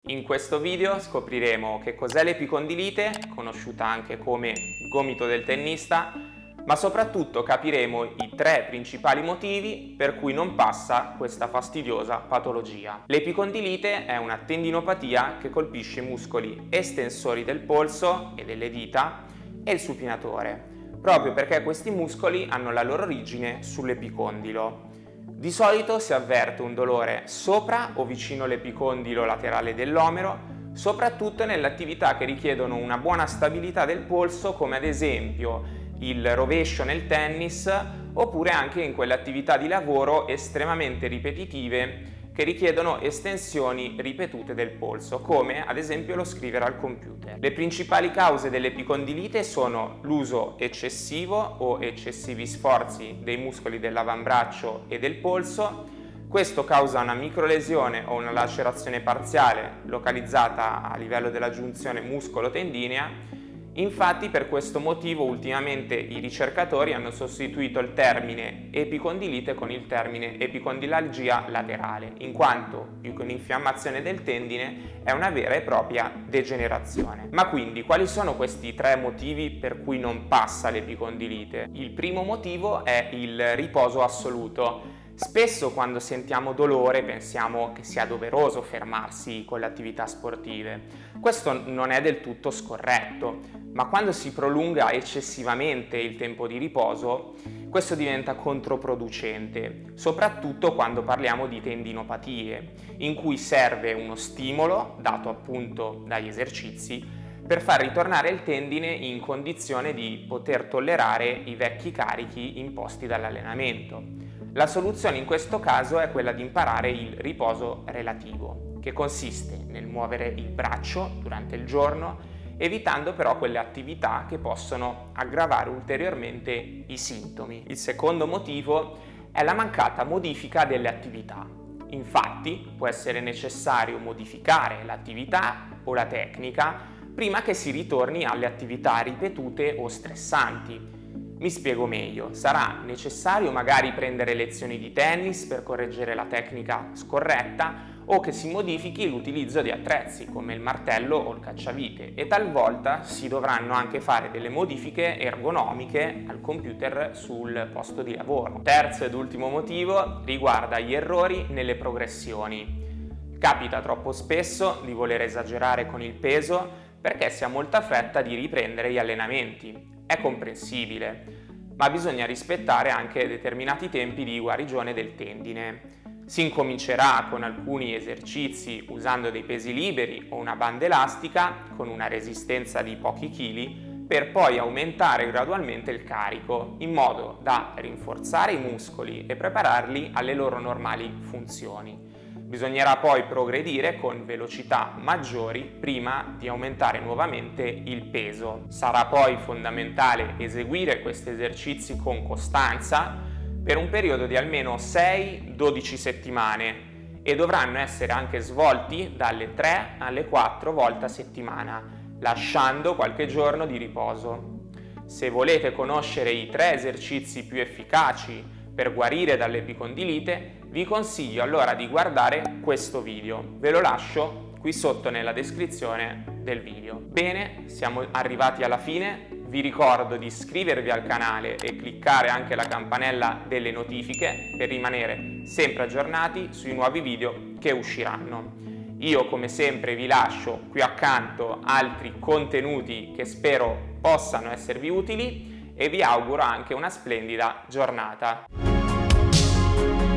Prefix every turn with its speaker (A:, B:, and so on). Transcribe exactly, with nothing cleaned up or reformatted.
A: In questo video scopriremo che cos'è l'epicondilite, conosciuta anche come gomito del tennista, ma soprattutto capiremo i tre principali motivi per cui non passa questa fastidiosa patologia. L'epicondilite è una tendinopatia che colpisce i muscoli estensori del polso e delle dita e il supinatore, proprio perché questi muscoli hanno la loro origine sull'epicondilo. Di solito si avverte un dolore sopra o vicino all'epicondilo laterale dell'omero, soprattutto nelle attività che richiedono una buona stabilità del polso, come ad esempio il rovescio nel tennis, oppure anche in quelle attività di lavoro estremamente ripetitive che richiedono estensioni ripetute del polso, come ad esempio lo scrivere al computer. Le principali cause dell'epicondilite sono l'uso eccessivo o eccessivi sforzi dei muscoli dell'avambraccio e del polso. Questo causa una microlesione o una lacerazione parziale localizzata a livello della giunzione muscolo-tendinea. Infatti, per questo motivo ultimamente i ricercatori hanno sostituito il termine epicondilite con il termine epicondilalgia laterale, in quanto più che un'infiammazione del tendine è una vera e propria degenerazione. Ma quindi quali sono questi tre motivi per cui non passa l'epicondilite? Il primo motivo è il riposo assoluto. Spesso quando sentiamo dolore pensiamo che sia doveroso fermarsi con le attività sportive. Questo non è del tutto scorretto, ma quando si prolunga eccessivamente il tempo di riposo, questo diventa controproducente, soprattutto quando parliamo di tendinopatie, in cui serve uno stimolo, dato appunto dagli esercizi, per far ritornare il tendine in condizione di poter tollerare i vecchi carichi imposti dall'allenamento. La soluzione in questo caso è quella di imparare il riposo relativo, che consiste nel muovere il braccio durante il giorno, evitando però quelle attività che possono aggravare ulteriormente i sintomi. Il secondo motivo è la mancata modifica delle attività. Infatti, può essere necessario modificare l'attività o la tecnica prima che si ritorni alle attività ripetute o stressanti. Mi spiego meglio, sarà necessario magari prendere lezioni di tennis per correggere la tecnica scorretta o che si modifichi l'utilizzo di attrezzi come il martello o il cacciavite, e talvolta si dovranno anche fare delle modifiche ergonomiche al computer sul posto di lavoro. Terzo ed ultimo motivo riguarda gli errori nelle progressioni. Capita troppo spesso di voler esagerare con il peso perché si ha molta fretta di riprendere gli allenamenti. È comprensibile, ma bisogna rispettare anche determinati tempi di guarigione del tendine. Si incomincerà con alcuni esercizi usando dei pesi liberi o una banda elastica con una resistenza di pochi chili, per poi aumentare gradualmente il carico in modo da rinforzare i muscoli e prepararli alle loro normali funzioni. Bisognerà poi progredire con velocità maggiori prima di aumentare nuovamente il peso. Sarà poi fondamentale eseguire questi esercizi con costanza per un periodo di almeno sei dodici settimane e dovranno essere anche svolti dalle tre alle quattro volte a settimana, lasciando qualche giorno di riposo. Se volete conoscere i tre esercizi più efficaci per guarire dall'epicondilite, vi consiglio allora di guardare questo video. Ve lo lascio qui sotto nella descrizione del video. Bene, siamo arrivati alla fine. Vi ricordo di iscrivervi al canale e cliccare anche la campanella delle notifiche per rimanere sempre aggiornati sui nuovi video che usciranno. Io come sempre vi lascio qui accanto altri contenuti che spero possano esservi utili e vi auguro anche una splendida giornata.